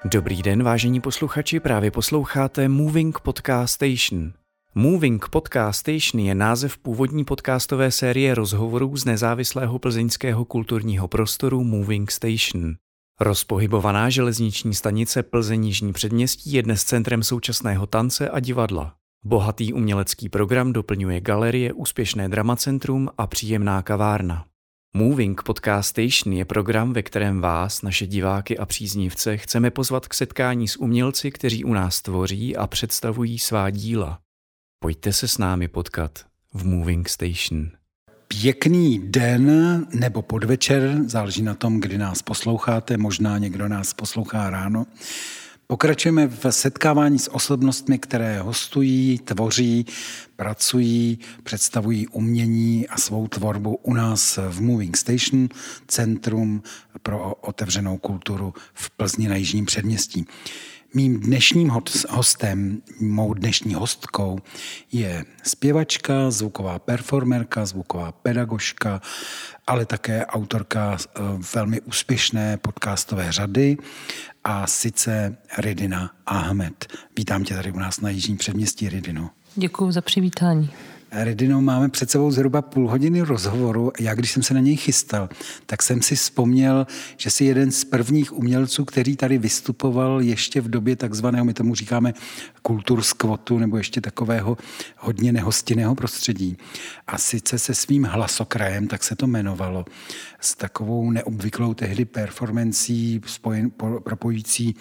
Dobrý den, vážení posluchači, právě posloucháte Moving Podcast Station. Moving Podcast Station je název původní podcastové série rozhovorů z nezávislého plzeňského kulturního prostoru Moving Station. Rozpohybovaná železniční stanice Plzeň Jižní předměstí je dnes centrem současného tance a divadla. Bohatý umělecký program doplňuje galerie, úspěšné dramacentrum a příjemná kavárna. Moving Podcast Station je program, ve kterém vás, naše diváky a příznivce, chceme pozvat k setkání s umělci, kteří u nás tvoří a představují svá díla. Pojďte se s námi potkat v Moving Station. Pěkný den nebo podvečer, záleží na tom, kdy nás posloucháte, možná někdo nás poslouchá ráno. Pokračujeme v setkávání s osobnostmi, které hostují, tvoří, pracují, představují umění a svou tvorbu u nás v Moving Station, Centrum pro otevřenou kulturu v Plzni na Jižním předměstí. Mým dnešním hostem, mou dnešní hostkou je zpěvačka, zvuková performerka, zvuková pedagožka, ale také autorka velmi úspěšné podcastové řady, a sice Ridina Ahmed. Vítám tě tady u nás na Jižním předměstí, Ridino. Děkuji za přivítání. Ridino, máme před sebou zhruba půl hodiny rozhovoru. Já, když jsem se na něj chystal, tak jsem si vzpomněl, že jsi jeden z prvních umělců, který tady vystupoval ještě v době takzvaného, my tomu říkáme kulturskvotu, nebo ještě takového hodně nehostinného prostředí. A sice se svým hlasokrajem, tak se to jmenovalo, s takovou neobvyklou tehdy performancí propojující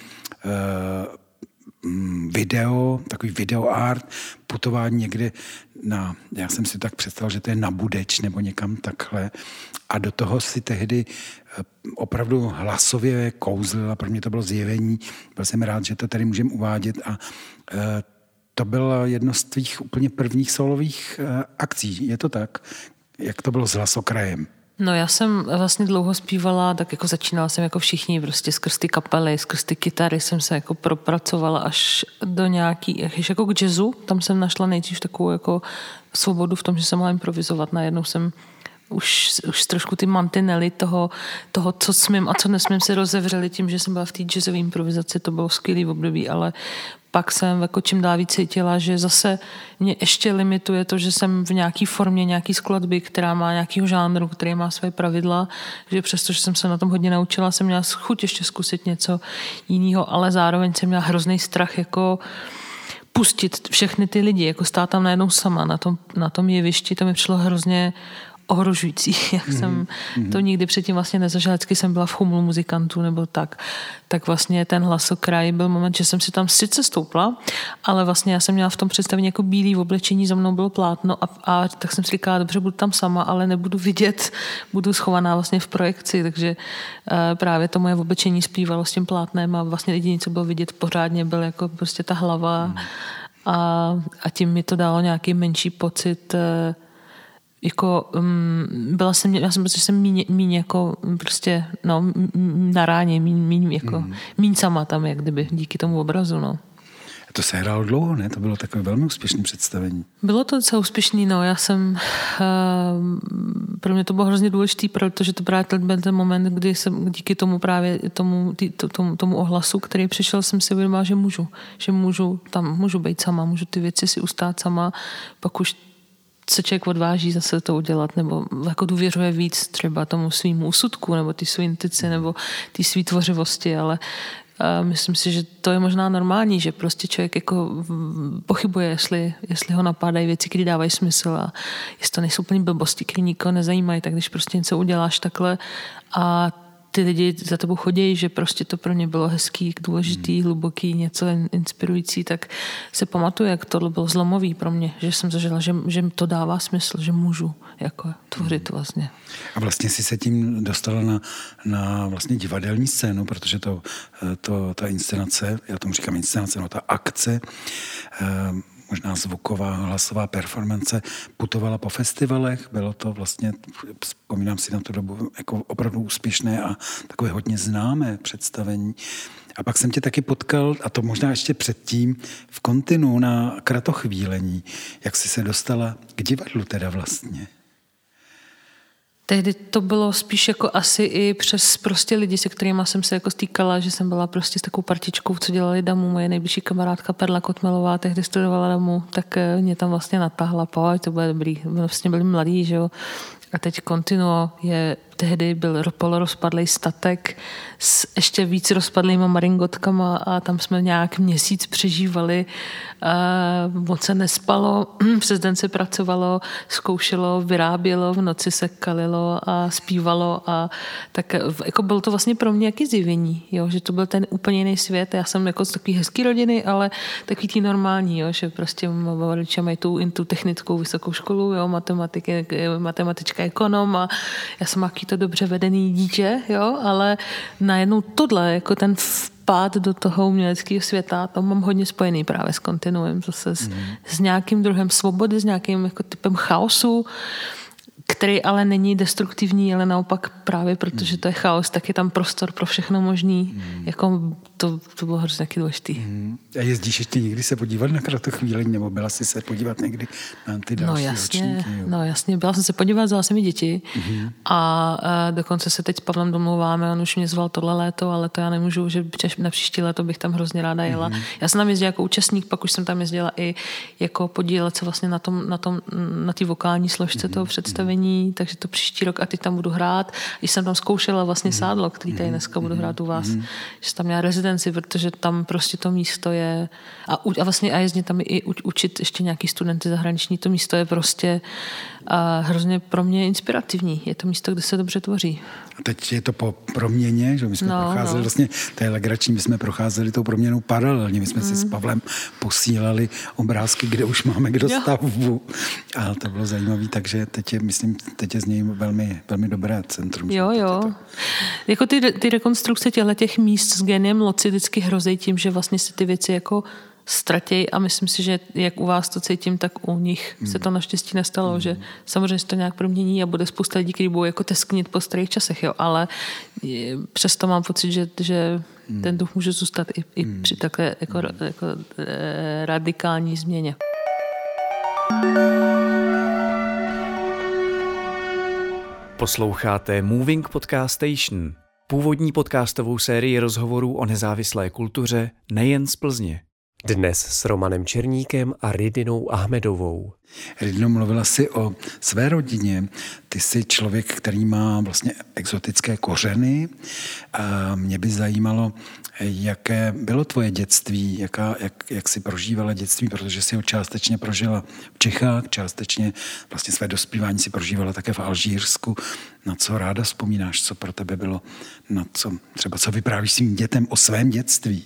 video, takový videoart, putování někde já jsem si tak představil, že to je na Budeč nebo někam takhle. A do toho si tehdy opravdu hlasově kouzlila, pro mě to bylo zjevení. Byl jsem rád, že to tady můžeme uvádět a to bylo jedno z tvých úplně prvních solových akcí. Je to tak? Jak to bylo s hlasokrajem? No já jsem vlastně dlouho zpívala, tak jako začínala jsem jako všichni, prostě skrz ty kapely, skrz ty kytary jsem se jako propracovala až do nějaký, až jako k jazzu. Tam jsem našla nejdřív takovou jako svobodu v tom, že jsem mohla improvizovat. Najednou jsem už trošku ty mantinely toho, co smím a co nesmím, se rozevřely tím, že jsem byla v té jazzové improvizaci. To bylo skvělý období, ale pak jsem jako čím dál víc cítila, že zase mě ještě limituje to, že jsem v nějaký formě, nějaký skladby, která má nějakýho žánru, který má své pravidla, že přesto, že jsem se na tom hodně naučila, jsem měla chuť ještě zkusit něco jiného, ale zároveň jsem měla hrozný strach jako pustit všechny ty lidi, jako stát tam najednou sama na tom jevišti, to mi přišlo hrozně ohrožující, jak jsem to nikdy předtím vlastně nezažila, vždycky jsem byla v chumlu muzikantů nebo tak vlastně ten hlasokraj byl moment, že jsem si tam sice stoupla, ale vlastně já jsem měla v tom představení jako bílý oblečení, za mnou bylo plátno a tak jsem si říkala, dobře, budu tam sama, ale nebudu vidět, budu schovaná vlastně v projekci, takže právě to moje oblečení zpívalo s tím plátnem a vlastně jediné, co bylo vidět pořádně, byl jako prostě ta hlava a tím mi to dalo nějaký menší pocit jako já jsem prostě míň jako prostě na ráně, míň sama tam, jak kdyby díky tomu obrazu, no. To se hrálo dlouho, ne? To bylo takové velmi úspěšné představení. Bylo to docela úspěšný, no. Pro mě to bylo hrozně důležitý, protože to právě byl ten moment, kdy jsem díky tomu právě tomu ohlasu, který přišel, jsem si uvědomila, že můžu být sama, můžu ty věci si ustát sama, pak už se člověk odváží zase to udělat, nebo jako důvěřuje víc třeba tomu svýmu úsudku, nebo ty svý intuici, nebo ty svý tvořivosti, ale myslím si, že to je možná normální, že prostě člověk jako pochybuje, jestli ho napádají věci, které dávají smysl a jestli to nejsou úplně blbosti, které nikoho nezajímají, tak když prostě něco uděláš takhle a ty lidi za tebou chodí, že prostě to pro ně bylo hezký, důležitý, hluboký, něco inspirující, tak se pamatuju, jak tohle bylo zlomový pro mě, že jsem zažila, že to dává smysl, že můžu jako tvořit vlastně. A vlastně si se tím dostala na vlastně divadelní scénu, protože ta inscenace, já tomu říkám inscenace, ta akce, možná zvuková, hlasová performance, putovala po festivalech, bylo to vlastně, vzpomínám si na tu dobu, jako opravdu úspěšné a takové hodně známé představení. A pak jsem tě taky potkal, a to možná ještě předtím, v Kontinu na Kratochvílení. Jak jsi se dostala k divadlu teda vlastně? Tehdy to bylo spíš jako asi i přes prostě lidi, se kterými jsem se jako stýkala, že jsem byla prostě s takovou partičkou, co dělali DAMu. Moje nejbližší kamarádka Perla Kotmelová tehdy studovala DAMu, tak mě tam vlastně natáhla, pojď, to bude dobrý. Vlastně byli mladí, že jo. A teď Continuo tehdy byl polorozpadlý statek s ještě víc rozpadlýma maringotkama a tam jsme nějak měsíc přežívali. Moc se nespalo, přes den se pracovalo, zkoušelo, vyrábělo, v noci se kalilo a zpívalo a tak jako bylo to vlastně pro mě jaký zjevení, jo, že to byl ten úplně jiný svět. Já jsem jako z takový hezký rodiny, ale takový tý normální, jo, že prostě rodiče mají tu technickou vysokou školu, jo, matematička, ekonom a já jsem jaký to dobře vedený dítě, jo, ale najednou tohle, jako ten vpád do toho uměleckého světa, to mám hodně spojený právě s Continuem, zase s nějakým druhem svobody, s nějakým jako typem chaosu, který ale není destruktivní, ale naopak právě protože to je chaos, tak je tam prostor pro všechno možný. Jako to bylo hrozně taky důležitý. A jezdíš ještě někdy se podívat na Kratochvíli, nebo byla jsi se podívat někdy na ty další ročníky? No jasně, byla jsem se podívat, vzala jsem mi děti a dokonce se teď s Pavlem domlouváme, on už mě zval tohle léto, ale to já nemůžu, že na příští léto bych tam hrozně ráda jela. Já jsem tam jezdila jako účastník, pak už jsem tam jezdila i jako podílet se vlastně na té vokální složce toho představení, takže to příští rok a teď tam budu hrát. Když jsem tam zkoušela vlastně sádlo, který tady dneska budu hrát u vás, že tam měla rezidenci, protože tam prostě to místo je a vlastně jezdím tam i učit ještě nějaký studenty zahraniční, to místo je prostě hrozně pro mě inspirativní. Je to místo, kde se dobře tvoří. A teď je to po proměně, že my jsme procházeli vlastně, to je legrační, my jsme procházeli tou proměnou paralelně, my jsme si s Pavlem posílali obrázky, kde už máme k dostavbu. A to bylo zajímavé, takže teď je z něj velmi, velmi dobré centrum. Jo. Jako ty rekonstrukce těch míst s géniem loci vždycky hrozí tím, že vlastně se ty věci jako ztratějí a myslím si, že jak u vás to cítím, tak u nich se to naštěstí nestalo, že samozřejmě se to nějak promění a bude spousta lidí, kteří budou jako tesknit po starých časech, jo, ale přesto mám pocit, že ten duch může zůstat i při takové jako radikální změně. Posloucháte Moving Podcast Station, původní podcastovou sérii rozhovorů o nezávislé kultuře nejen z Plzně. Dnes s Romanem Černíkem a Ridinou Ahmedovou. Ridino, mluvila si o své rodině. Ty jsi člověk, který má vlastně exotické kořeny. A mě by zajímalo, jaké bylo tvoje dětství, jak jsi prožívala dětství, protože jsi ho částečně prožila v Čechách, částečně vlastně své dospívání si prožívala také v Alžírsku. Na co ráda vzpomínáš, co pro tebe bylo, co vyprávíš svým dětem o svém dětství?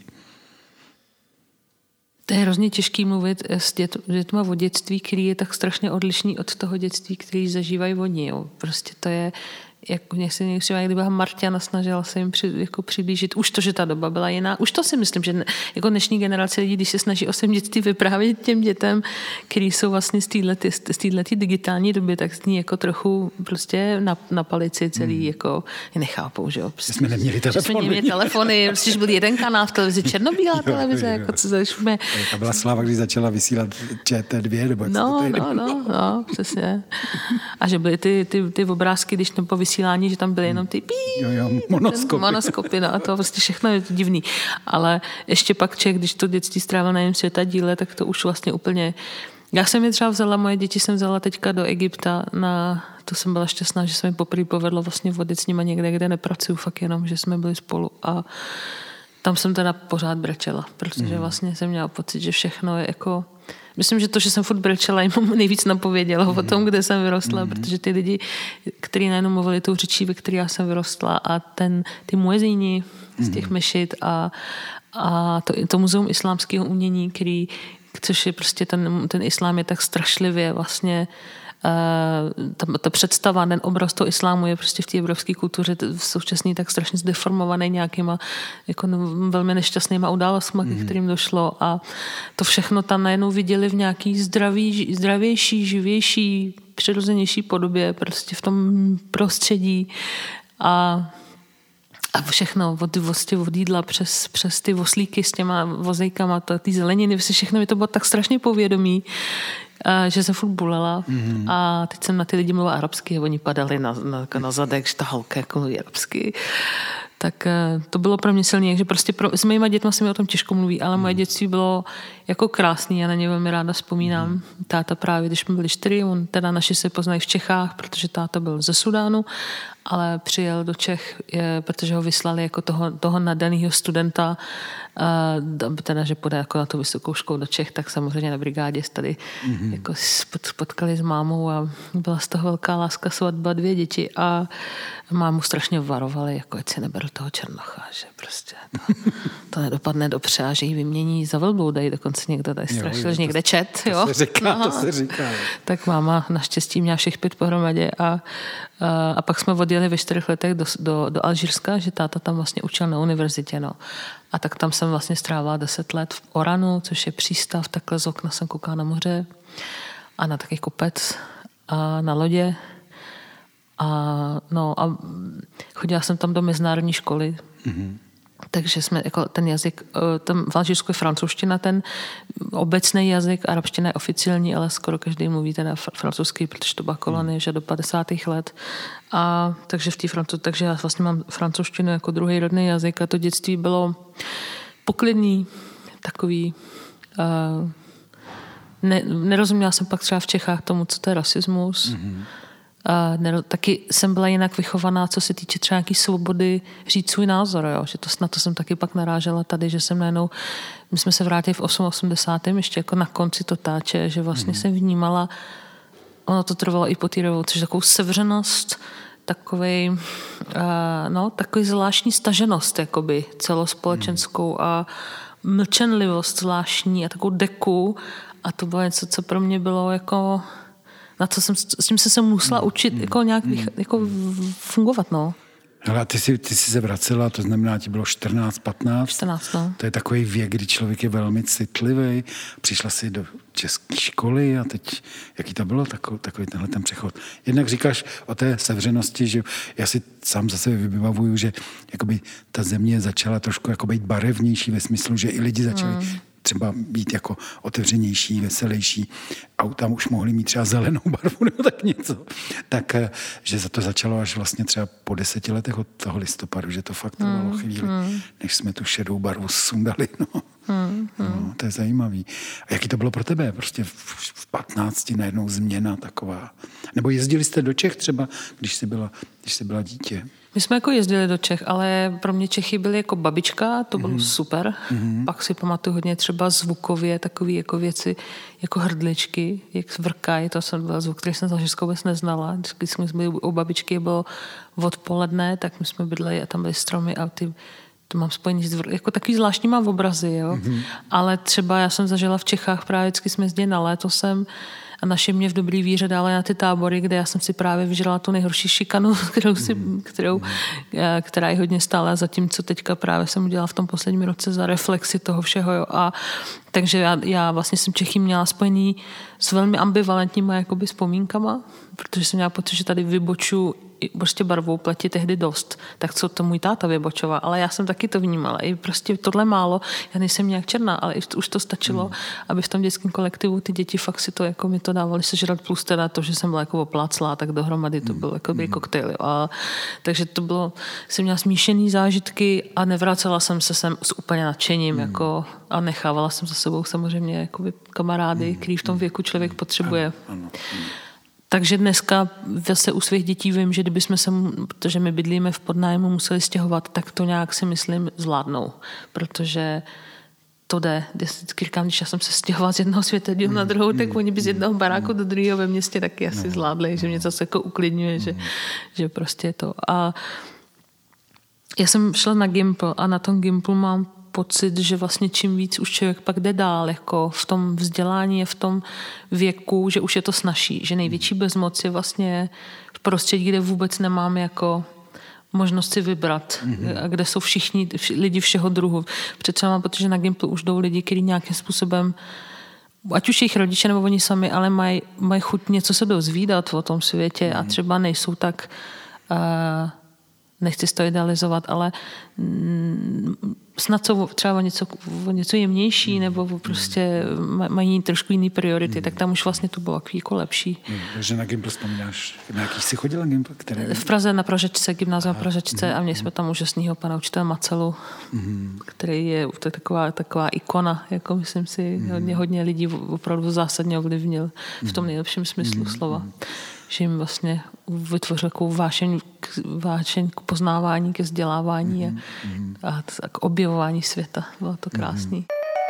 To je hrozně těžký mluvit s dětma o dětství, který je tak strašně odlišný od toho dětství, který zažívají oni. Jo. Prostě to je, jako kdyby Marťana snažila se jim přiblížit. Už to, že ta doba byla jiná. Už to si myslím, že jako dnešní generace lidí, když se snaží o svém dětství vyprávět těm dětem, který jsou vlastně z této digitální doby, tak z ní jako trochu prostě na palici celý jako nechápou, že jo. Prostě, jsme neměli telefony. Prostě byl jeden kanál v televizi, černobílá televize, jako co zašme. To byla sláva, když začala vysílat ČT2, nebo No, přesně. A že byly ty obrázky, když po vysílání, že tam byly jenom ty monoskopy, no, a to prostě všechno je divný. Ale ještě pak člověk, když to dětství strávil na jiném světadíle, tak to už vlastně úplně... Já jsem je třeba moje děti jsem vzala teďka do Egypta, to jsem byla šťastná, že se mi poprvé povedlo vlastně vodit s nima někde, kde nepracuju, fakt jenom, že jsme byli spolu a tam jsem teda pořád brečela, protože vlastně jsem měla pocit, že všechno je jako... Myslím, že to, že jsem furt brečela, jim nejvíc napovědělo o tom, kde jsem vyrostla, protože ty lidi, kteří najednou mluvili tou řečí, ve které já jsem vyrostla a ty muezíni z těch mešit a to muzeum islámského umění, což je prostě ten islám je tak strašlivě vlastně ta představa, ten obraz toho islámu je prostě v té evropské kultuře v současný tak strašně zdeformovaný nějakýma jako velmi nešťastnýma událostmi, k kterým došlo a to všechno tam najednou viděli v nějaký zdravější, živější, přirozenější podobě, prostě v tom prostředí a všechno od jídla přes ty voslíky s těma vozejkama, ty zeleniny, všechno mi to bylo tak strašně povědomí, že se furt bulela a teď jsem na ty lidi mluvila arabsky a oni padali na zadek, že ta holka jako mluví arabsky. Tak to bylo pro mě silný, že prostě s mýma dětma se mi o tom těžko mluví, ale moje dětství bylo jako krásný, já na ně velmi ráda vzpomínám. Táta právě, když jsme byli 4, on teda naši se poznají v Čechách, protože táta byl ze Sudánu, ale přijel do Čech, protože ho vyslali jako toho nadaného studenta, teda, že půjde jako na tu vysokou školu do Čech, tak samozřejmě na brigádě tady jako potkali s mámou a byla z toho velká láska, svatba, 2 děti a mámu strašně varovali, jako ať si neberu toho Černocha, že prostě to nedopadne dobře a že ji vymění za velblouda, dokonce někdo tady strašil, že někde čet. To se říká. Tak máma naštěstí měla všech 5 pohromadě a pak jsme odjeli ve 4 letech do Alžírska, že táta tam vlastně učil na univerzitě, no. A tak tam jsem vlastně strávila 10 let v Oranu, což je přístav, takhle z okna jsem koukala na moře a na takový kopec a na lodě. A chodila jsem tam do mezinárodní školy, takže jsme jako ten jazyk, tam v Alžírsku je francouzština, ten obecný jazyk, arabština je oficiální, ale skoro každý mluví teda francouzský, protože to byla kolonie, že do 50. let. A takže já vlastně mám francouzštinu jako druhý rodný jazyk a to dětství bylo poklidný, takový. Nerozuměla jsem pak třeba v Čechách tomu, co to je rasismus. Taky jsem byla jinak vychovaná, co se týče třeba nějaký svobody říct svůj názor, jo? Že na to jsem taky pak narážela tady, že jsem najednou, my jsme se vrátili v 88. ještě jako na konci totáče, že vlastně jsem vnímala, ono to trvalo i po té revoluci, takovou sevřenost, takový zvláštní staženost jakoby celospolečenskou a mlčenlivost zvláštní a takovou deku a to bylo něco, co pro mě bylo jako na co jsem, s tím jsem musela učit jako nějak jako fungovat, no. Hele, a ty jsi se vracela, to znamená, ti bylo 14, 15. 14, no. To je takový věk, kdy člověk je velmi citlivý. Přišla si do české školy a teď, jaký to bylo takový tenhle ten přechod? Jednak říkáš o té sevřenosti, že já si sám za sebe vybavuju, že jakoby ta země začala trošku jako být barevnější ve smyslu, že i lidi začali třeba být jako otevřenější, veselější. Auta už mohli mít třeba zelenou barvu nebo tak něco. Tak, že za to začalo až vlastně třeba po 10 letech od toho listopadu, že to fakt trvalo chvíli, než jsme tu šedou barvu sundali. No. No, to je zajímavý. A jaký to bylo pro tebe? Prostě v 15 najednou změna taková. Nebo jezdili jste do Čech třeba, když jsi byla dítě? My jsme jako jezdili do Čech, ale pro mě Čechy byly jako babička, to bylo super. Pak si pamatuju hodně třeba zvukově takové jako věci, jako hrdličky, jak vrkají, to jsem byl zvuk, který jsem z Alžírska vůbec neznala. Když jsme byli u babičky, bylo odpoledne, tak my jsme bydleli a tam byly stromy a to mám spojený jako takový zvláštní mám obrazy, jo. Ale třeba já jsem zažila v Čechách, právě vždycky jsme jezdili na léto a naši mě v dobrý víře dali na ty tábory, kde já jsem si právě vyžrala tu nejhorší šikanu, která je hodně stála za tím, co teďka právě jsem udělala v tom posledním roce za reflexi toho všeho. Jo. A takže já vlastně jsem Čechy měla spojený s velmi ambivalentníma jakoby vzpomínkama, protože jsem měla pocit, že tady vyboču prostě barvou pleti tehdy dost, tak co to můj táta vybočoval, ale já jsem taky to vnímala. I prostě tohle málo, já nejsem nějak černá, ale už to stačilo, aby v tom dětském kolektivu ty děti fakt si to, jako mi to dávali sežrat plus teda to, že jsem byla jako opláclá, tak dohromady to byl jako koktejl. Takže to bylo, jsem měla smíšený zážitky a nevracela jsem se sem s úplně nadšením jako, a nechávala jsem za sebou samozřejmě jakoby kamarády, který v tom věku člověk potřebuje. Ano. Takže dneska zase u svých dětí vím, že kdybychom se, protože my bydlíme v podnájmu, museli stěhovat, tak to nějak si myslím zvládnou, protože to jde. Vždycky říkám, když já jsem se stěhovala z jednoho světadílu na druhou, tak oni by z jednoho baráku do druhého ve městě taky asi zvládli, že mě zase jako uklidňuje, že prostě to. A já jsem šla na Gimpl a na tom Gimplu mám pocit, že vlastně čím víc už člověk pak jde dál, jako v tom vzdělání je v tom věku, že už je to snazší, že největší bezmoc je vlastně v prostředí, kde vůbec nemám jako možnost si vybrat, a kde jsou všichni lidi všeho druhu. Přece mám pocit, že na Gimplu už jdou lidi, kteří nějakým způsobem, ať už jejich rodiče nebo oni sami, ale mají chuť něco se dozvídat o tom světě a třeba nejsou tak nechci to idealizovat, ale snad jsou třeba něco jemnější nebo prostě mají trošku jiný priority, tak tam už vlastně to bylo jako lepší. Že na Gimpl vzpomínáš, na jaký jsi chodila na Gimpl? V Praze na Pražečce, gymnázium Pražečce a měli jsme tam úžasnýho pana učitele Macelu, který je taková ikona, jako myslím si, hodně lidí opravdu zásadně ovlivnil v tom nejlepším smyslu slova. Že jim vlastně vytvořil takovou vášeň k poznávání, ke vzdělávání a k objevování světa. Bylo to krásný.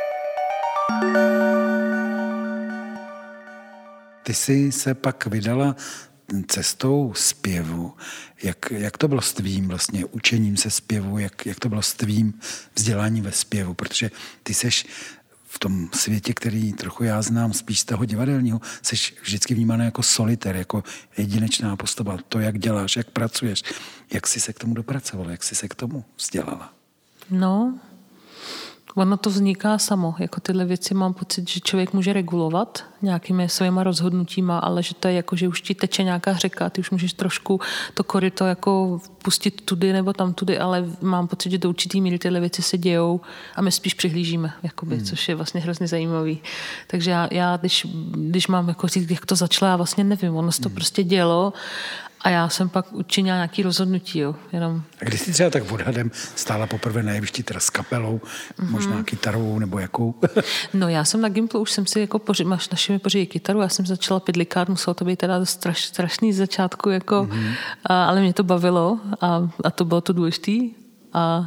Ty jsi se pak vydala cestou zpěvu. Jak to bylo s tvým vlastně učením se zpěvu? Jak to bylo s tvým vzděláním ve zpěvu? Protože ty seš v tom světě, který trochu já znám spíš z toho divadelního, jsi vždycky vnímaná jako solitér, jako jedinečná postava. To, jak děláš, jak pracuješ, jak jsi se k tomu dopracovala, jak jsi se k tomu vzdělala? No, ono to vzniká samo. Jako tyhle věci mám pocit, že člověk může regulovat nějakými svýma rozhodnutíma, ale že to je jako, že už ti teče nějaká řeka, ty už můžeš trošku to koryto jako pustit tudy nebo tam tudy, ale mám pocit, že do určitý míry tyhle věci se dějou a my spíš přihlížíme, jakoby, což je vlastně hrozně zajímavý. Takže já když mám jako říct, jak to začalo, já vlastně nevím, ono se to prostě dělo. A já jsem pak učinila nějaké rozhodnutí, jo, jenom. A když jsi třeba tak odhadem stála poprvé na jevišti teda s kapelou, možná kytarovou nebo jakou? No já jsem na Gimplu, už jsem si jako našimi pořídili kytaru, já jsem začala pidlikát, muselo to být teda strašný z začátku, jako, ale mě to bavilo a to bylo to důležitý. A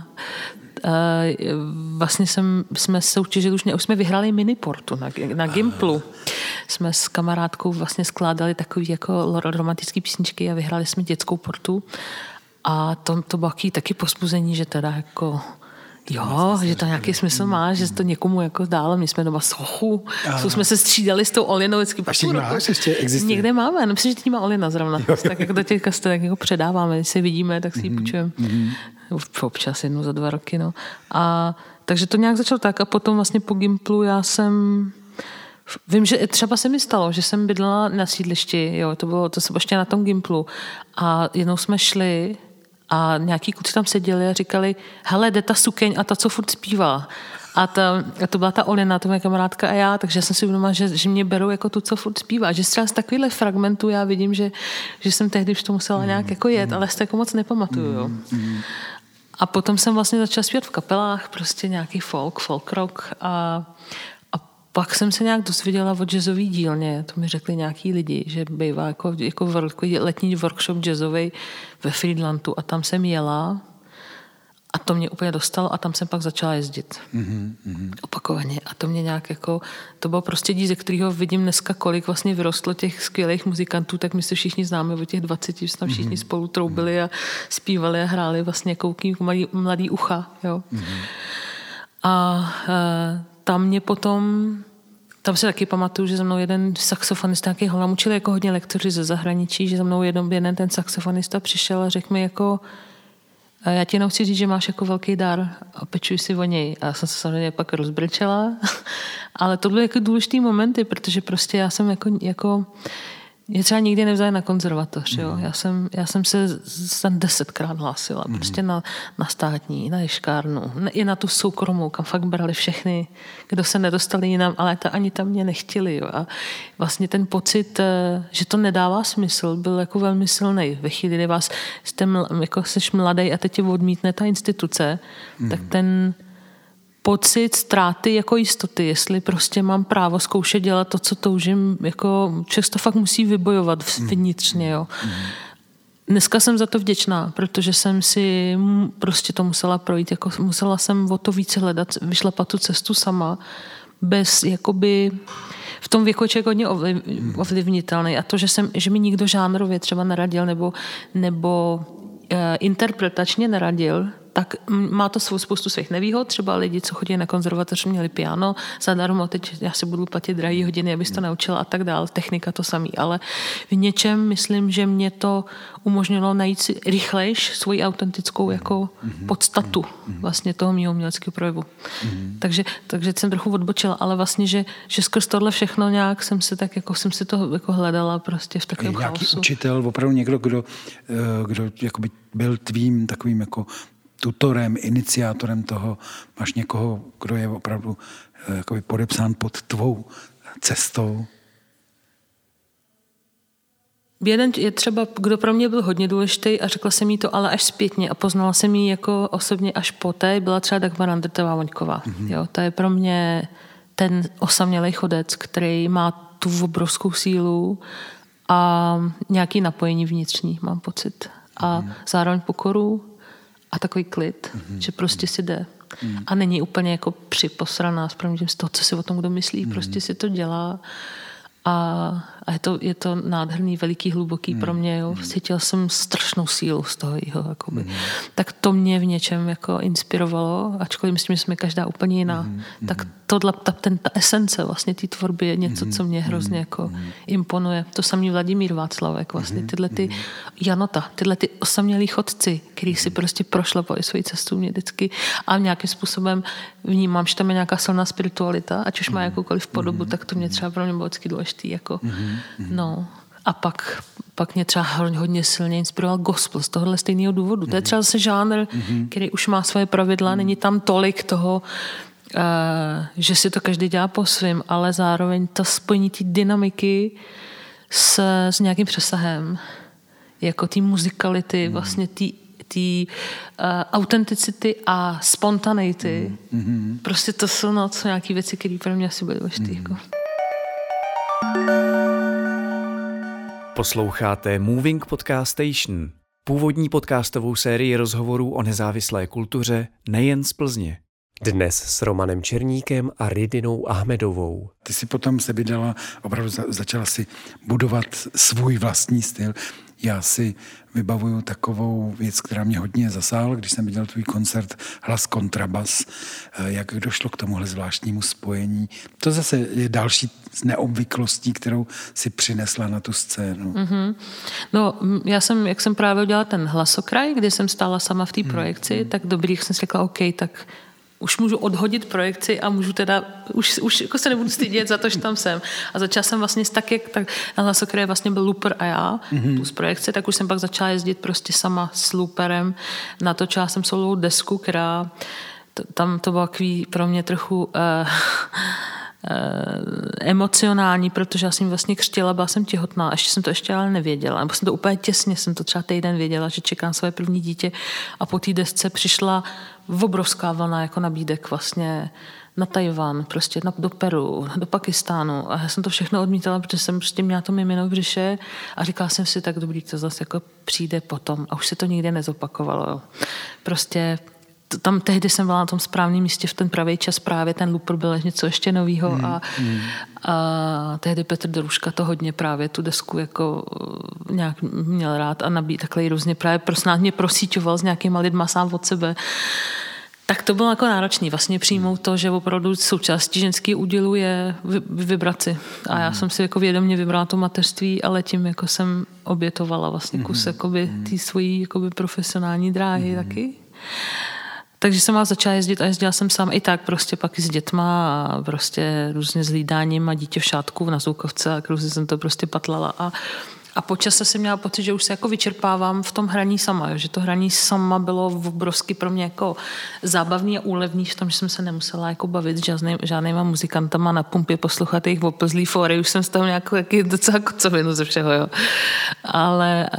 vlastně jsme soutěžili, už jsme vyhráli miniportu na Gimplu. Jsme s kamarádkou vlastně skládali takový jako romantický písničky a vyhráli jsme dětskou portu. A to bylo taky povzbuzení, že teda jako jo, že to nějaký smysl má, že to někomu jako dálo. My jsme doma sochu, jsme se střídali s tou Olinou vždycky. Ještě existuje? Někde máme, no myslím, že teď má Olina zrovna. Tak jako do těch kastek jako předáváme, když se vidíme, tak si ji půjčujeme. Občas 1 za 2 roky, no. A takže to nějak začalo tak a potom vlastně po Gimplu vím, že třeba se mi stalo, že jsem bydlela na sídlišti, jo, to se ještě na tom Gimplu a jednou jsme šli a nějaký kluci tam seděli a říkali, hele, jde ta sukeň a ta, co furt zpívá. A to byla ta Olina, to moje kamarádka a já, takže jsem si uvědomila, že mě berou jako tu, co furt zpívá. Že třeba z takovýchhle fragmentů já vidím, že jsem tehdy už to musela nějak jako jet, ale si to jako moc nepamatuju. Jo. A potom jsem vlastně začala zpívat v kapelách, prostě nějaký folk rock a pak jsem se nějak dozvěděla o jazzový dílně, to mi řekli nějaký lidi, že bývá jako letní workshop jazzový ve Friedlandu a tam jsem jela a to mě úplně dostalo a tam jsem pak začala jezdit. Opakovaně. A to mě nějak jako, to bylo prostě dí, ze kterého vidím dneska, kolik vlastně vyrostlo těch skvělých muzikantů, tak my se všichni známe o těch 20, že tam všichni spolu troubili a zpívali a hráli vlastně jako mladý ucha. Jo. A tam mě potom, tam se taky pamatuju, že za mnou jeden saxofonista, nějaký holám, učili jako hodně lektoři ze zahraničí, že za mnou jeden ten saxofonista přišel a řekl mi jako, já ti jenom chci říct, že máš jako velký dar a pečuj si o něj. A já jsem se samozřejmě pak rozbrečela, ale to byly jako důležitý momenty, protože prostě já jsem jako mě třeba nikdy nevzali na konzervatoř. Jo. Já jsem se 10krát hlásila. Prostě na státní, na ješkárnu, i na tu soukromou, kam fakt brali všechny, kdo se nedostali jinam, ale ani tam mě nechtěli. Jo. A vlastně ten pocit, že to nedává smysl, byl jako velmi silný. Ve chvíli, kdy jsi mladý a teď tě odmítne ta instituce, tak ten pocit ztráty jako jistoty, jestli prostě mám právo zkoušet dělat to, co toužím, jako člověk to fakt musí vybojovat vnitřně, jo. Dneska jsem za to vděčná, protože jsem si prostě to musela projít, jako musela jsem o to více hledat, vyšlapat tu cestu sama, bez jakoby v tom věku je člověk hodně ovlivnitelný a to, že mi nikdo žánrově třeba neradil nebo interpretačně neradil, tak má to svou spoustu svých nevýhod. Třeba lidi, co chodí na konzervatoř, měli piano zadarmo, teď já si budu platit drahý hodiny, abys to naučila a tak dál. Technika to samý, ale v něčem myslím, že mě to umožnilo najít si rychlejš svoji autentickou jako podstatu vlastně toho mýho uměleckého projevu. Takže jsem trochu odbočila, ale vlastně, že skrz tohle všechno nějak jsem si to jako hledala prostě v takovém chaosu. Nějaký učitel, opravdu někdo, kdo jakoby byl tvým takovým jako tutorem, iniciátorem toho, máš někoho, kdo je opravdu jakoby podepsán pod tvou cestou? Jeden je třeba, kdo pro mě byl hodně důležitý a řekla jsem jí to ale až zpětně a poznala jsem jí jako osobně až poté, byla třeba Dagmar Andertová-Voňková. Jo, to je pro mě ten osamělej chodec, který má tu obrovskou sílu a nějaký napojení vnitřní, mám pocit. A zároveň pokoru a takový klid, že prostě si jde. A není úplně jako připosraná s proměním z toho, co si o tom kdo myslí. Prostě si to dělá a je to nádherný, veliký, hluboký pro mě. Jo. Cítil jsem strašnou sílu z toho jeho. Jakoby. Tak to mě v něčem jako inspirovalo, ačkoliv myslím, že jsme každá úplně jiná. Tak ta esence vlastně té tvorby je něco, co mě hrozně jako imponuje. To samý Vladimír Václavek, vlastně tyhle ty Janota, tyhle ty osamělí chodci, který si prostě prošlapali svoji cestu mě vždycky a nějakým způsobem vnímám, že tam je nějaká silná spiritualita, ať už má jakoukoliv podobu, tak to mě třeba pro mě bylo vždycky důležitý. Jako, no. A pak mě třeba hodně silně inspiroval gospel z tohohle stejného důvodu. To je třeba zase žánr, který už má svoje pravidla, není tam tolik toho, že si to každý dělá po svým, ale zároveň to spojení té dynamiky s nějakým přesahem, jako té muzikality, vlastně té autenticity a spontaneity. Prostě to jsou nějaké věci, které pro mě asi byly důležité. Jako. Posloucháte Moving Podcast Station, původní podcastovou sérii rozhovorů o nezávislé kultuře nejen z Plzně. Dnes s Romanem Černíkem a Ridinou Ahmedovou. Ty si potom se vydala, opravdu začala si budovat svůj vlastní styl. Já si vybavuju takovou věc, která mě hodně zasáhla, když jsem viděl tvůj koncert Hlas kontrabas, jak došlo k tomuhle zvláštnímu spojení. To zase je další z neobvyklostí, kterou si přinesla na tu scénu. No, jak jsem právě udělala ten hlasokraj, kdy jsem stála sama v té projekci, tak dobrý, jak jsem si řekla, OK, tak už můžu odhodit projekci a můžu teda, už jako se nebudu stydět za to, že tam jsem. A začala jsem vlastně tak na hlasokraji vlastně byl looper a já plus projekce, tak už jsem pak začala jezdit prostě sama s looperem. Natočila jsem solovou desku, která tam to bylo takový pro mě trochu emocionální, protože já jsem vlastně křtila, byla jsem těhotná, ještě jsem to ale nevěděla, nebo jsem to úplně těsně, jsem to třeba týden věděla, že čekám své první dítě a po té desce přišla obrovská vlna jako nabídek vlastně na Tajvan, prostě do Peru, do Pakistánu a já jsem to všechno odmítala, protože jsem prostě měla to mimino v břiše a říkala jsem si, tak dobrý, to zase jako přijde potom a už se to nikdy nezopakovalo. Jo. Prostě tam tehdy jsem byla na tom správném místě v ten pravý čas, právě ten looper byl něco ještě novýho a tehdy Petr Doruška to hodně právě tu desku jako nějak měl rád a takhle různě právě mě prosíťoval s nějakýma lidma sám od sebe. Tak to bylo jako náročný vlastně přijmout to, že opravdu součástí ženského údělu je vybrat si. A já jsem si jako vědomě vybrala to mateřství, ale tím jako jsem obětovala vlastně kus jakoby té svojí jakoby profesionální dráhy taky. Takže jsem začala jezdit a jezdila jsem sám i tak prostě pak i s dětma a prostě různě s hlídáním a dítě v šátku na Zoukovce a různě jsem to prostě patlala a po čase jsem měla pocit, že už se jako vyčerpávám v tom hraní sama, že to hraní sama bylo obrovsky pro mě jako zábavný a úlevný v tom, že jsem se nemusela jako bavit s žádnýma muzikantama na pumpě, poslouchat jejich oplzlý fóry, už jsem z toho nějakou docela kocovinu ze všeho, jo. Ale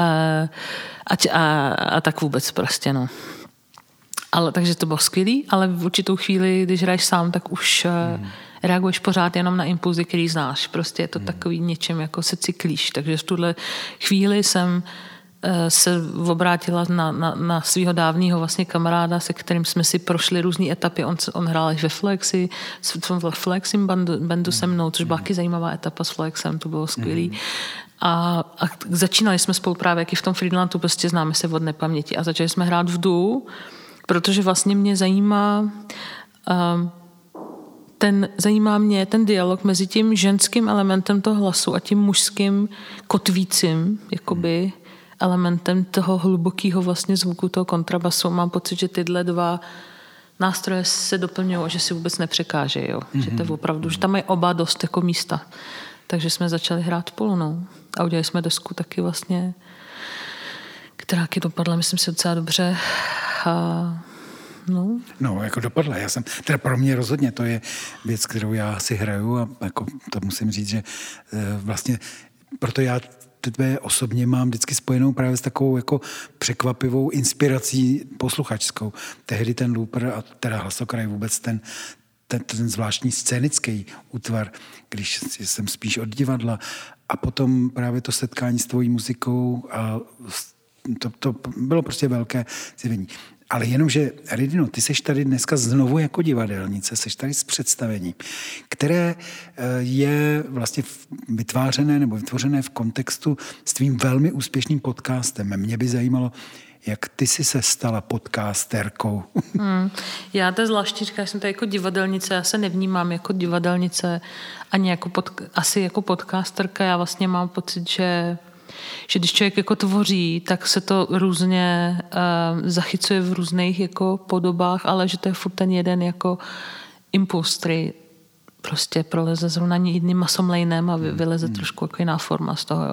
a tak vůbec prostě, no. Ale, takže to bylo skvělý, ale v určitou chvíli, když hraješ sám, tak už reaguješ pořád jenom na impulzy, který znáš. Prostě je to takový něčem, jako se cyklíš. Takže v tuhle chvíli jsem se obrátila na svého dávného vlastně kamaráda, se kterým jsme si prošli různé etapy. On hrál ve Flexi, v Flexim bandu se mnou, což byla taky zajímavá etapa s Flexem, to bylo skvělý. A začínali jsme spolu právě, jak i v tom Friedlandu, prostě známe se od nepaměti a začali jsme hrát v duo protože vlastně mě zajímá mě ten dialog mezi tím ženským elementem toho hlasu a tím mužským kotvícím, jakoby elementem toho hlubokého vlastně zvuku toho kontrabasu. Mám pocit, že tyhle dva nástroje se doplňují a že si vůbec nepřekážejí. Že to je opravdu, že tam mají oba dost jako místa. Takže jsme začali hrát spolu. No. A udělali jsme desku taky vlastně, která dopadla, myslím si, docela dobře. No, jako dopadla. Teda pro mě rozhodně to je věc, kterou já si hraju a jako to musím říct, že vlastně proto já tebe osobně mám vždycky spojenou právě s takovou jako překvapivou inspirací posluchačskou. Tehdy ten looper a teda Hlasokraj vůbec ten zvláštní scénický útvar, když jsem spíš od divadla a potom právě to setkání s tvojí muzikou a to bylo prostě velké zjevení. Ale jenomže, Redino, ty seš tady dneska znovu jako divadelnice, seš tady s představením, které je vlastně vytvářené nebo vytvořené v kontextu s tvým velmi úspěšným podcastem. Mě by zajímalo, jak ty jsi se stala podcasterkou. Já to zvláště říkám, že jsem tady jako divadelnice, já se nevnímám jako divadelnice ani jako asi jako podcasterka. Já vlastně mám pocit, že když člověk jako tvoří, tak se to různě zachycuje v různých jako podobách, ale že to je furt ten jeden jako impuls, který prostě proleze zrovna jedným masomlejnem a vyleze trošku jako jiná forma z toho. Jo.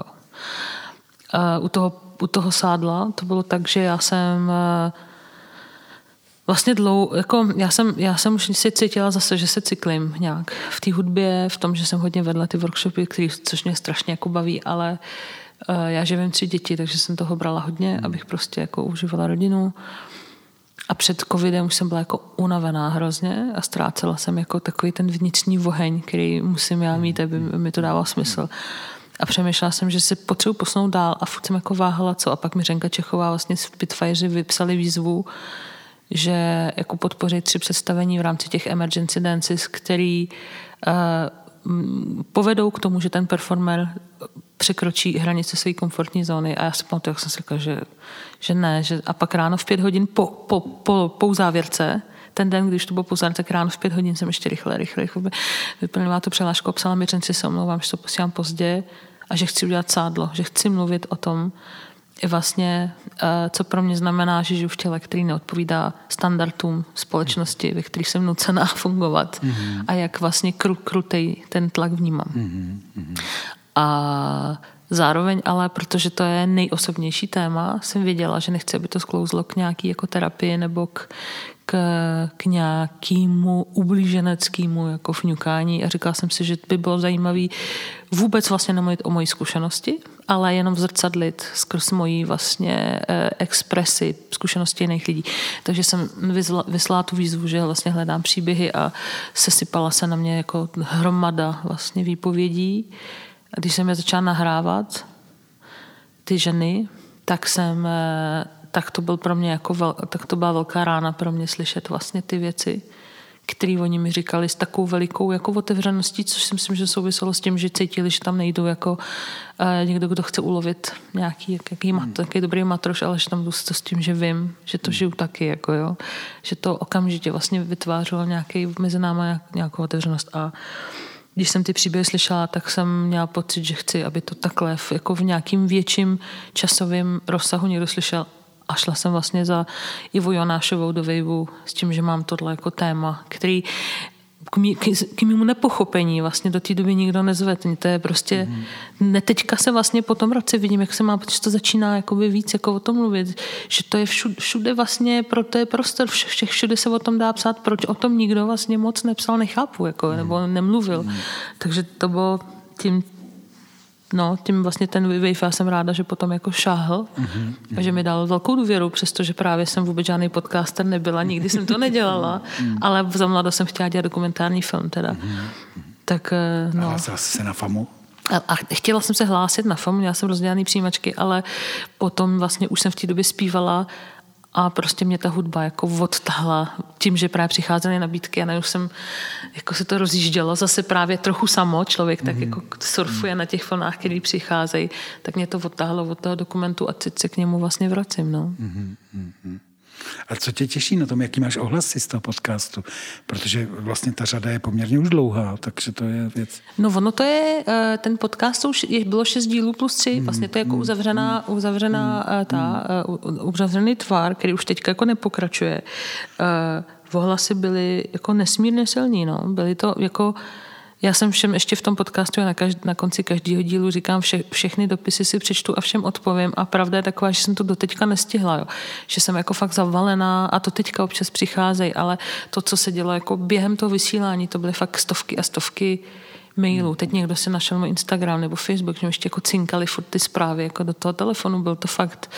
U toho sádla to bylo tak, že já jsem vlastně já jsem už si cítila zase, že se cyklím nějak v té hudbě, v tom, že jsem hodně vedla ty workshopy, což mě strašně jako baví, ale já živím 3 děti, takže jsem toho brala hodně, abych prostě jako užívala rodinu. A před covidem už jsem byla jako unavená hrozně a ztrácela jsem jako takový ten vnitřní oheň, který musím já mít, aby mi to dávalo smysl. A přemýšlela jsem, že se potřebuji posunout dál a furt jsem jako váhala, co. A pak mi Řenka Čechová vlastně z Pitfire vypsali výzvu, že jako podpoří 3 představení v rámci těch emergency dances, který povedou k tomu, že ten performer překročí hranice své komfortní zóny. A já si pamatuju, jak jsem si řekla, že ne. A pak ráno v 5 hodin po závěrce, ten den, když to bylo po závěrce, tak ráno v 5 hodin jsem ještě rychle vyplnila tu přihlášku a psala mi Řenci, se omlouvám, že to posílám pozdě a že chci udělat sádlo, že chci mluvit o tom, i vlastně, co pro mě znamená, že žiju v těle, který neodpovídá standardům společnosti, ve kterých jsem nucená fungovat a jak vlastně krutej ten tlak vnímám. A zároveň ale, protože to je nejosobnější téma, jsem věděla, že nechci, aby to sklouzlo k nějaký jako terapii nebo k nějakému ublíženeckému jako fňukání a říkala jsem si, že by bylo zajímavý vůbec vlastně nemluvit o mojí zkušenosti, ale jenom vzrcadlit skrz mojí vlastně expresi, zkušenosti jiných lidí. Takže jsem vyslala tu výzvu, že vlastně hledám příběhy a sesypala se na mě jako hromada vlastně výpovědí. A když jsem je začala nahrávat, ty ženy, tak to byl pro mě tak to byla velká rána pro mě slyšet vlastně ty věci, které oni mi říkali s takovou velikou jako otevřeností, což si myslím, že souviselo s tím, že cítili, že tam nejdou jako někdo, kdo chce ulovit nějaký dobrý matroš, ale že tam jdu s tím, že vím, že to žiju taky, jako jo. Že to okamžitě vlastně vytvářelo mezi náma nějakou otevřenost. A když jsem ty příběhy slyšela, tak jsem měla pocit, že chci, aby to takhle jako v nějakým větším časovém rozsahu někdo slyšel. A šla jsem vlastně za Ivu Jonášovou do Vejvu s tím, že mám tohle jako téma, který k mému nepochopení vlastně do té doby nikdo nezvedl. To je prostě, teďka se vlastně po tom roce vidím, jak se má, protože to začíná jakoby víc jako o tom mluvit, že to je všude vlastně, to je prostor, všude se o tom dá psát, proč o tom nikdo vlastně moc nepsal, nechápu, jako, nebo nemluvil. Takže to bylo tím vlastně ten Wave, já jsem ráda, že potom jako šáhl a že mi dal velkou důvěru, přestože právě jsem vůbec žádný podcaster nebyla, nikdy jsem to nedělala, ale za mlada jsem chtěla dělat dokumentární film teda. Tak, A hlásila jsi se na FAMu? A chtěla jsem se hlásit na FAMu, měla jsem rozdělaný přijímačky, ale potom vlastně už jsem v té době zpívala a prostě mě ta hudba jako odtahla tím, že právě přicházely nabídky a najednou jsem jako se to rozjíždělo zase právě trochu samo, člověk tak jako surfuje na těch vlnách, který přicházejí, tak mě to odtáhlo od toho dokumentu a teď se k němu vlastně vracím. No. A co tě těší na tom, jaký máš ohlasy z toho podcastu? Protože vlastně ta řada je poměrně už dlouhá, takže to je věc. No ono to je, ten podcast už bylo 6 dílů plus 3, vlastně to je jako uzavřený tvar, který už teďka jako nepokračuje. Ohlasy byly jako nesmírně silný, no. Byly to jako, já jsem všem ještě v tom podcastu a na konci každého dílu říkám, všechny dopisy si přečtu a všem odpovím a pravda je taková, že jsem to doteďka nestihla, jo. Že jsem jako fakt zavalená a to teďka občas přicházejí, ale to, co se dělo jako během toho vysílání, to byly fakt stovky a stovky mailů. Teď někdo si našel můj Instagram nebo Facebook, že mi ještě jako cinkali furt ty zprávy jako do toho telefonu. Byl to fakt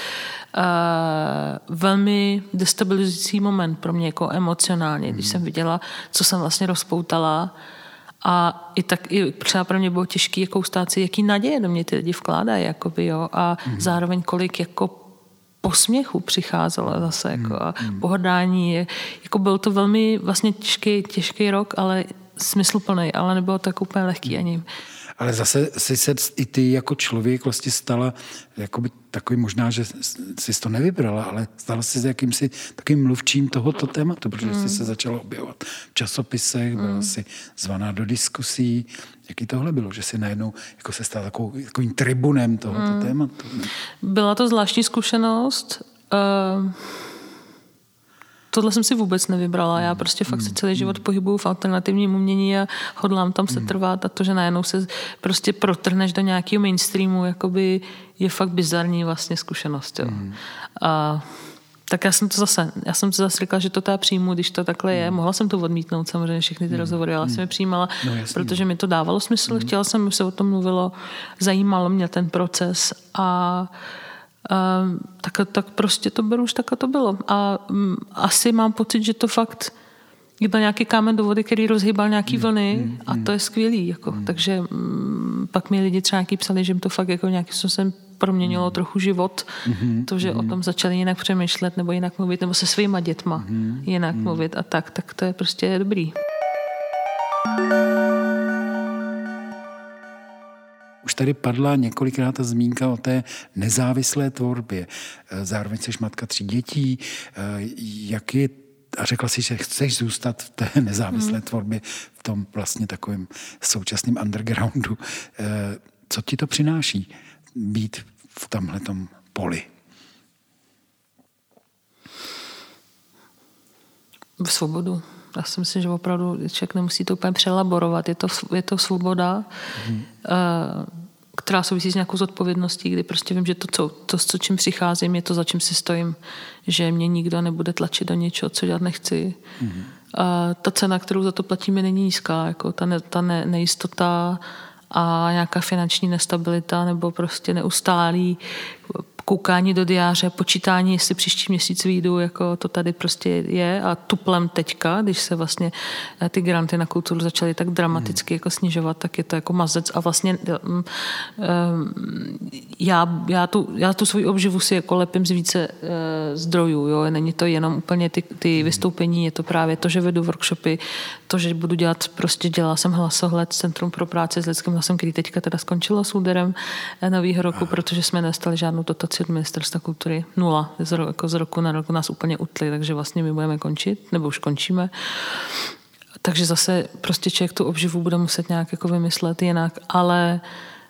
velmi destabilizující moment pro mě jako emocionálně, když jsem viděla, co jsem vlastně rozpoutala. A i třeba pro mě bylo těžké jako ustát si, jaký naděje do mě ty lidi vkládají, jakoby, jo, a zároveň kolik jako posměchu přicházelo zase, jako, a pohrdání. Jako byl to velmi vlastně těžký rok, ale smysluplný, ale nebylo tak úplně lehký ani. Ale zase jsi se i ty jako člověk vlastně stala jakoby takový, možná, že jsi to nevybrala, ale stala jsi jakýmsi takovým mluvčím tohoto tématu, protože jsi se začala objevovat v časopisech, byla jsi zvaná do diskusí. Jaký tohle bylo, že jsi najednou jako se stala takovým tribunem tohoto tématu? Byla to zvláštní zkušenost. Tohle jsem si vůbec nevybrala. Já prostě fakt se celý život pohybuju v alternativním umění a hodlám tam se trvat a to, že najednou se prostě protrhneš do nějakého mainstreamu, jakoby je fakt bizarní vlastně zkušenost. Jo. A tak já jsem to zase říkala, že to teda přijmu, když to takhle je. Mohla jsem to odmítnout samozřejmě všechny ty rozhovory, ale jsem je přijímala, protože mi to dávalo smysl. Chtěla jsem, aby se o tom mluvilo, zajímalo mě ten proces a tak prostě to beru, už takhle to bylo. A asi mám pocit, že to fakt byl nějaký kámen do vody, který rozhýbal nějaký vlny a to je skvělý. Jako. Takže pak mi lidi třeba nějaký psali, že jim to fakt jako nějakým způsobem proměnilo trochu život. To, že o tom začali jinak přemýšlet nebo jinak mluvit, nebo se svýma dětma jinak mluvit a tak to je prostě dobrý. Už tady padla několikrát ta zmínka o té nezávislé tvorbě. Zároveň jsi matka 3 dětí. Jak je, a řekla si, že chceš zůstat v té nezávislé tvorbě, v tom vlastně takovém současném undergroundu. Co ti to přináší být v tomhletom poli? V svobodu. Já si myslím, že opravdu člověk nemusí to úplně přelaborovat. Je to svoboda, která souvisí s nějakou zodpovědností, kdy prostě vím, že to, s čím přicházím, je to, za čím si stojím. Že mě nikdo nebude tlačit do něčeho, co dělat nechci. Ta cena, kterou za to platíme, není nízká. Jako ta nejistota a nějaká finanční nestabilita nebo prostě neustálý koukání do diáře, počítání, jestli příští měsíc vyjdu, jako to tady prostě je a tuplem teďka, když se vlastně ty granty na kulturu začaly tak dramaticky jako snižovat, tak je to jako mazec a vlastně já tu svoji obživu si jako lepím z více zdrojů, jo, není to jenom úplně ty vystoupení, je to právě to, že vedu workshopy, to, že budu dělala jsem Hlasohled, Centrum pro práci s lidským hlasem, který teďka teda skončilo s úderem nového roku, protože jsme nedostali žádnou dotaci od Ministerstva kultury. 0. Z roku na rok nás úplně utli, takže vlastně my budeme končit, nebo už končíme. Takže zase prostě člověk tu obživu bude muset nějak jako vymyslet jinak, ale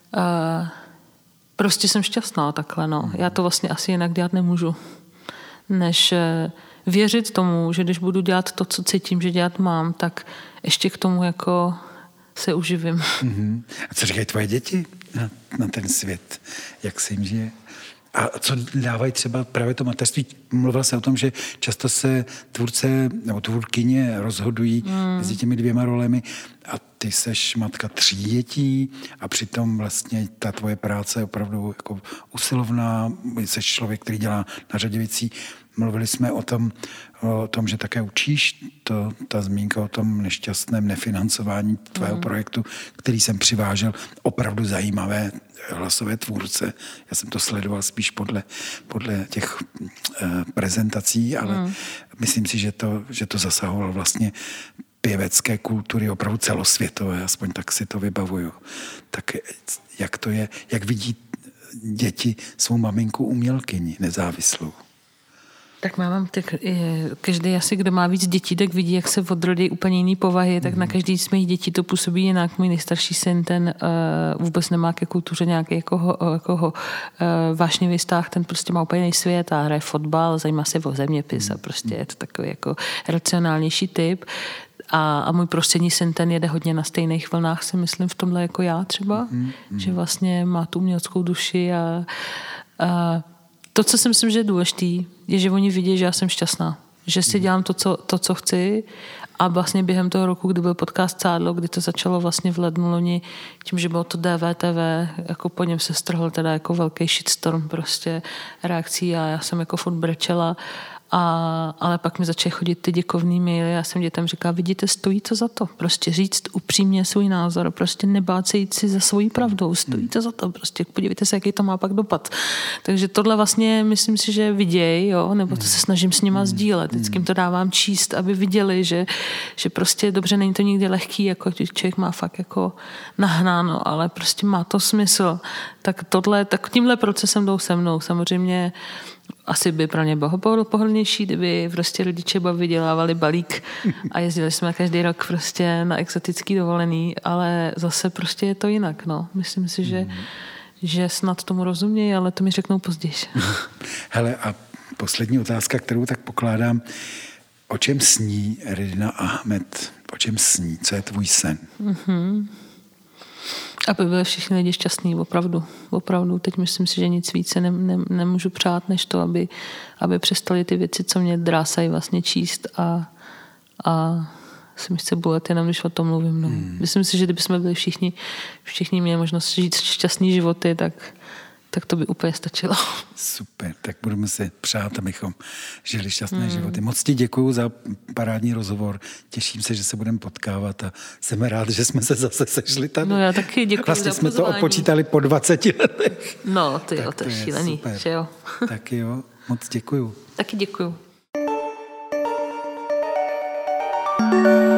prostě jsem šťastná takhle, no. Já to vlastně asi jinak dělat nemůžu, než věřit tomu, že když budu dělat to, co cítím, že dělat mám, tak ještě k tomu jako se uživím. A co říkají tvoje děti na ten svět? Jak se jim žije? A co dávají třeba právě to mateřství? Mluvila se o tom, že často se tvůrce nebo tvůrkyně rozhodují mezi těmi 2 rolemi a ty seš matka 3 dětí a přitom vlastně ta tvoje práce je opravdu jako usilovná, seš člověk, který dělá na řadě věcí. Mluvili jsme o tom, že také učíš, ta zmínka o tom nešťastném nefinancování tvého projektu, který jsem přivážel opravdu zajímavé hlasové tvůrce. Já jsem to sledoval spíš podle těch prezentací, ale myslím si, že to zasahovalo vlastně pěvecké kultury opravdu celosvětové, aspoň tak si to vybavuju. Tak jak to je, jak vidí děti svou maminku umělkyni nezávislou? Tak mám, každý asi, kdo má víc dětí, tak vidí, jak se odrodí úplně jiný povahy, tak na každý z mých dětí to působí jinak. Můj nejstarší syn, ten vůbec nemá ke kultuře nějaký jako vášnivý vztah, ten prostě má úplně jiný svět a hraje fotbal, zajímá se o zeměpis a prostě je to takový jako racionálnější typ. A můj prostřední syn, ten jede hodně na stejných vlnách, si myslím, v tomhle jako já třeba, že vlastně má tu uměleckou duši a to, co si myslím, že je důležitý, je, že oni vidí, že já jsem šťastná. Že si dělám to, co chci a vlastně během toho roku, kdy byl podcast Cádlo, kdy to začalo vlastně v lednu loni, tím, že bylo to DVTV, jako po něm se strhl teda jako velký shitstorm prostě reakcí a já jsem jako furt brečela. Ale pak mi začaly chodit ty děkovný maily. Já jsem dětem říkala, vidíte, stojí to za to. Prostě říct upřímně svůj názor, prostě nebát se jít si za svojí pravdou. Stojí to za to. Prostě podívejte se, jaký to má pak dopad. Takže tohle vlastně myslím si, že viděj, jo, nebo to se snažím s nima sdílet. Vždycky jim to dávám číst, aby viděli, že prostě dobře, není to nikdy lehký, jako člověk má fakt jako nahnáno, ale prostě má to smysl. Tak tímhle procesem jdou se mnou. Samozřejmě asi by pro ně bylo pohodlnější, kdyby prostě rodiče vydělávali balík a jezdili jsme každý rok prostě na exotický dovolený, ale zase prostě je to jinak, no. Myslím si, že snad tomu rozumějí, ale to mi řeknou později. Hele, a poslední otázka, kterou tak pokládám. O čem sní Redina Ahmed? O čem sní? Co je tvůj sen? Aby byli všichni lidi šťastní, opravdu. Opravdu. Teď myslím si, že nic více nemůžu přát, než to, aby přestali ty věci, co mě drásají vlastně číst a si mi chce bolet jenom, když o tom mluvím. No. Myslím si, že kdyby jsme byli všichni měli možnost žít šťastný životy, tak to by úplně stačilo. Super, tak budeme si přát, abychom žili šťastné životy. Moc ti děkuju za parádní rozhovor. Těším se, že se budeme potkávat a jsem rád, že jsme se zase sešli tady. No já taky děkuju vlastně za jsme to odpočítali po 20 letech. No, to je šílený. Super. Že jo? Tak jo, moc děkuju. Taky děkuju.